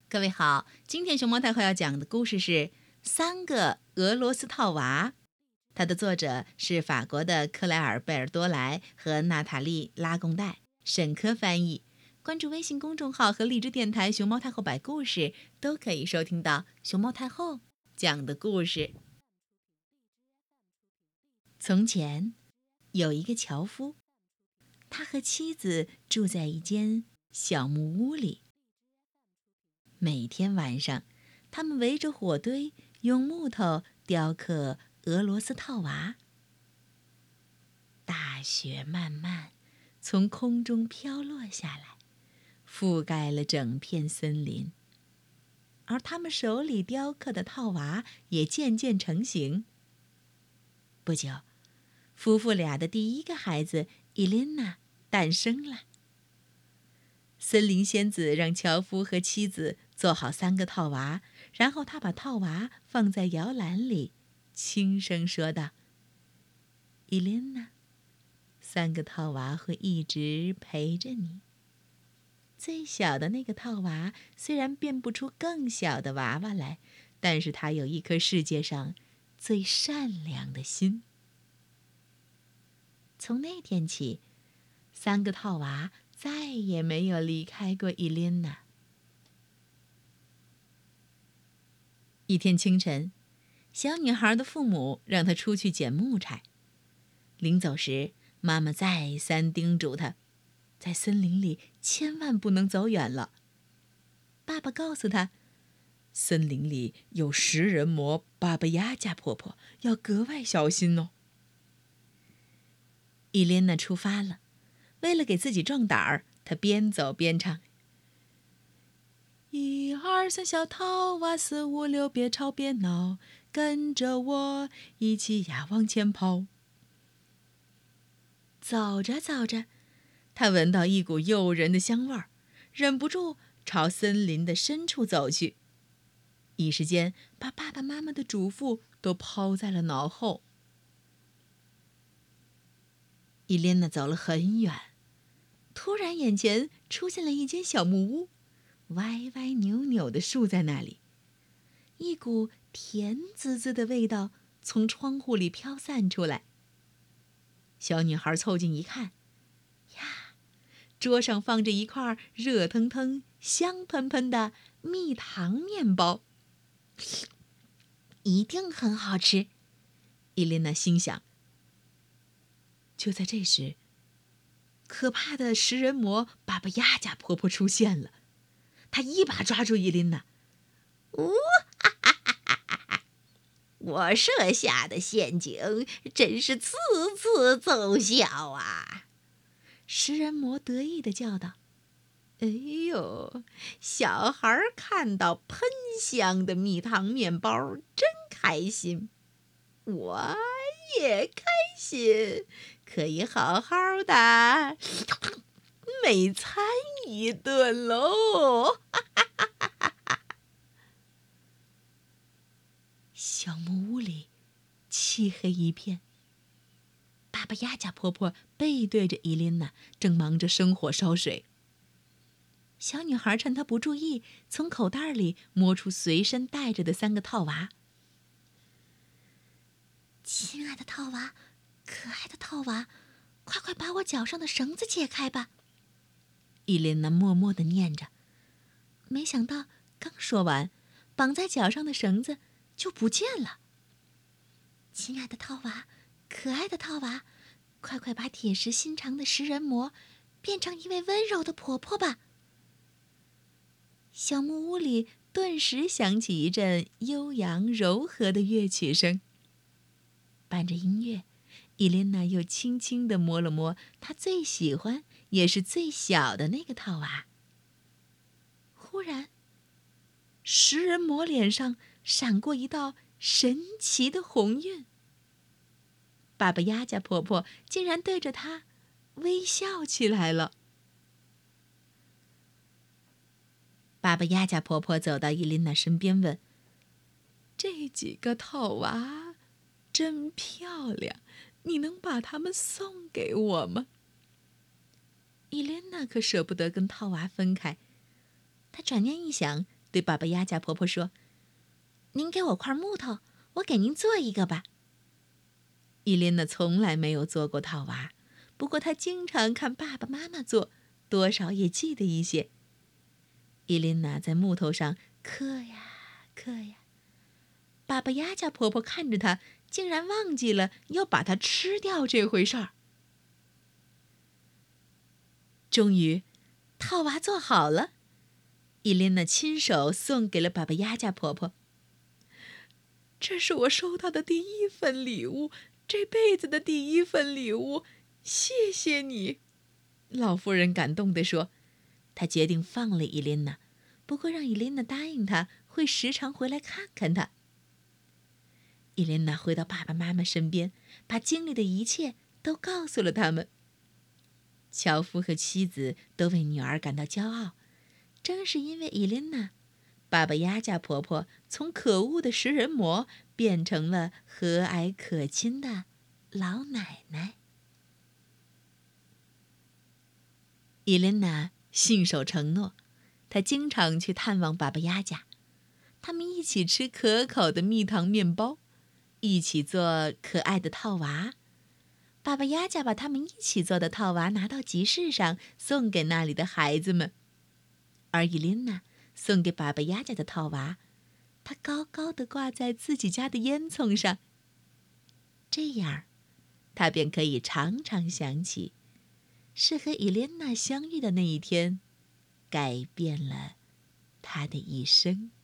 各位好，今天熊猫太后要讲的故事是《三个俄罗斯套娃》，它的作者是法国的克莱尔·贝尔多莱和娜塔莉·拉贡代，沈科翻译。关注微信公众号和荔枝电台熊猫太后摆故事，都可以收听到熊猫太后讲的故事。从前有一个樵夫，他和妻子住在一间小木屋里。每天晚上，他们围着火堆，用木头雕刻俄罗斯套娃。大雪漫漫，从空中飘落下来，覆盖了整片森林。而他们手里雕刻的套娃也渐渐成型。不久，夫妇俩的第一个孩子伊琳娜诞生了。森林仙子让樵夫和妻子做好3个套娃，然后他把套娃放在摇篮里，轻声说道：“伊琳娜，3个套娃会一直陪着你。最小的那个套娃虽然变不出更小的娃娃来，但是他有一颗世界上最善良的心。”从那天起，3个套娃再也没有离开过伊琳娜。一天清晨，小女孩的父母让她出去捡木柴。临走时，妈妈再三叮嘱她，在森林里千万不能走远了。爸爸告诉她，森林里有食人魔巴巴亚加婆婆，要格外小心哦。伊琳娜出发了，为了给自己壮胆儿，她边走边唱：1、2、3小套娃，4、5、6别吵别闹，跟着我一起呀往前跑。走着走着，她闻到一股诱人的香味儿，忍不住朝森林的深处走去，一时间把爸爸妈妈的嘱咐都抛在了脑后。伊琳娜走了很远，突然眼前出现了一间小木屋，歪歪扭扭地竖在那里，一股甜滋滋的味道从窗户里飘散出来。小女孩凑近一看，呀，桌上放着一块热腾腾、香喷喷的蜜糖面包，一定很好吃。伊琳娜心想。就在这时，可怕的食人魔巴巴亚加婆婆出现了，她一把抓住伊琳娜。我设下的陷阱真是次次奏效啊！食人魔得意地叫道：“哎呦，小孩看到喷香的蜜糖面包真开心，我也开心，可以好好的美餐一顿喽！”小木屋里漆黑一片，巴巴亚加婆婆背对着伊琳娜，正忙着生火烧水。小女孩趁她不注意，从口袋里摸出随身带着的3个套娃。亲爱的套娃，可爱的套娃，快快把我脚上的绳子解开吧！伊琳娜默默地念着。没想到刚说完，绑在脚上的绳子就不见了。亲爱的套娃，可爱的套娃，快快把铁石心肠的食人魔变成一位温柔的婆婆吧！小木屋里顿时响起一阵悠扬柔和的乐曲声。伴着音乐，伊琳娜又轻轻地摸了摸她最喜欢也是最小的那个套娃。忽然，食人魔脸上闪过一道神奇的红晕，巴巴亚加婆婆竟然对着她微笑起来了。巴巴亚加婆婆走到伊琳娜身边问：“这几个套娃真漂亮，你能把它们送给我吗？”伊琳娜可舍不得跟套娃分开，她转念一想， 对巴巴鸭家婆婆说：“您给我块木头，我给您做一个吧。”伊琳娜从来没有做过套娃，不过她经常看爸爸妈妈做，多少也记得一些。伊琳娜在木头上刻呀刻呀，巴巴鸭家婆婆看着她，竟然忘记了要把它吃掉这回事儿。终于，套娃做好了，伊琳娜亲手送给了巴巴鸭家婆婆。这是我收到的第一份礼物，这辈子的第一份礼物，谢谢你，老妇人感动地说。她决定放了伊琳娜，不过让伊琳娜答应她会时常回来看看她。伊琳娜回到爸爸妈妈身边，把经历的一切都告诉了他们。樵夫和妻子都为女儿感到骄傲，正是因为伊琳娜，巴巴鸭家婆婆从可恶的食人魔变成了和蔼可亲的老奶奶。伊琳娜信守承诺，她经常去探望巴巴鸭家，他们一起吃可口的蜜糖面包，一起做可爱的套娃。巴巴鸭家把他们一起做的套娃拿到集市上，送给那里的孩子们。而伊琳娜送给巴巴鸭家的套娃，她高高地挂在自己家的烟囱上。这样，她便可以常常想起，是和伊琳娜相遇的那一天，改变了她的一生。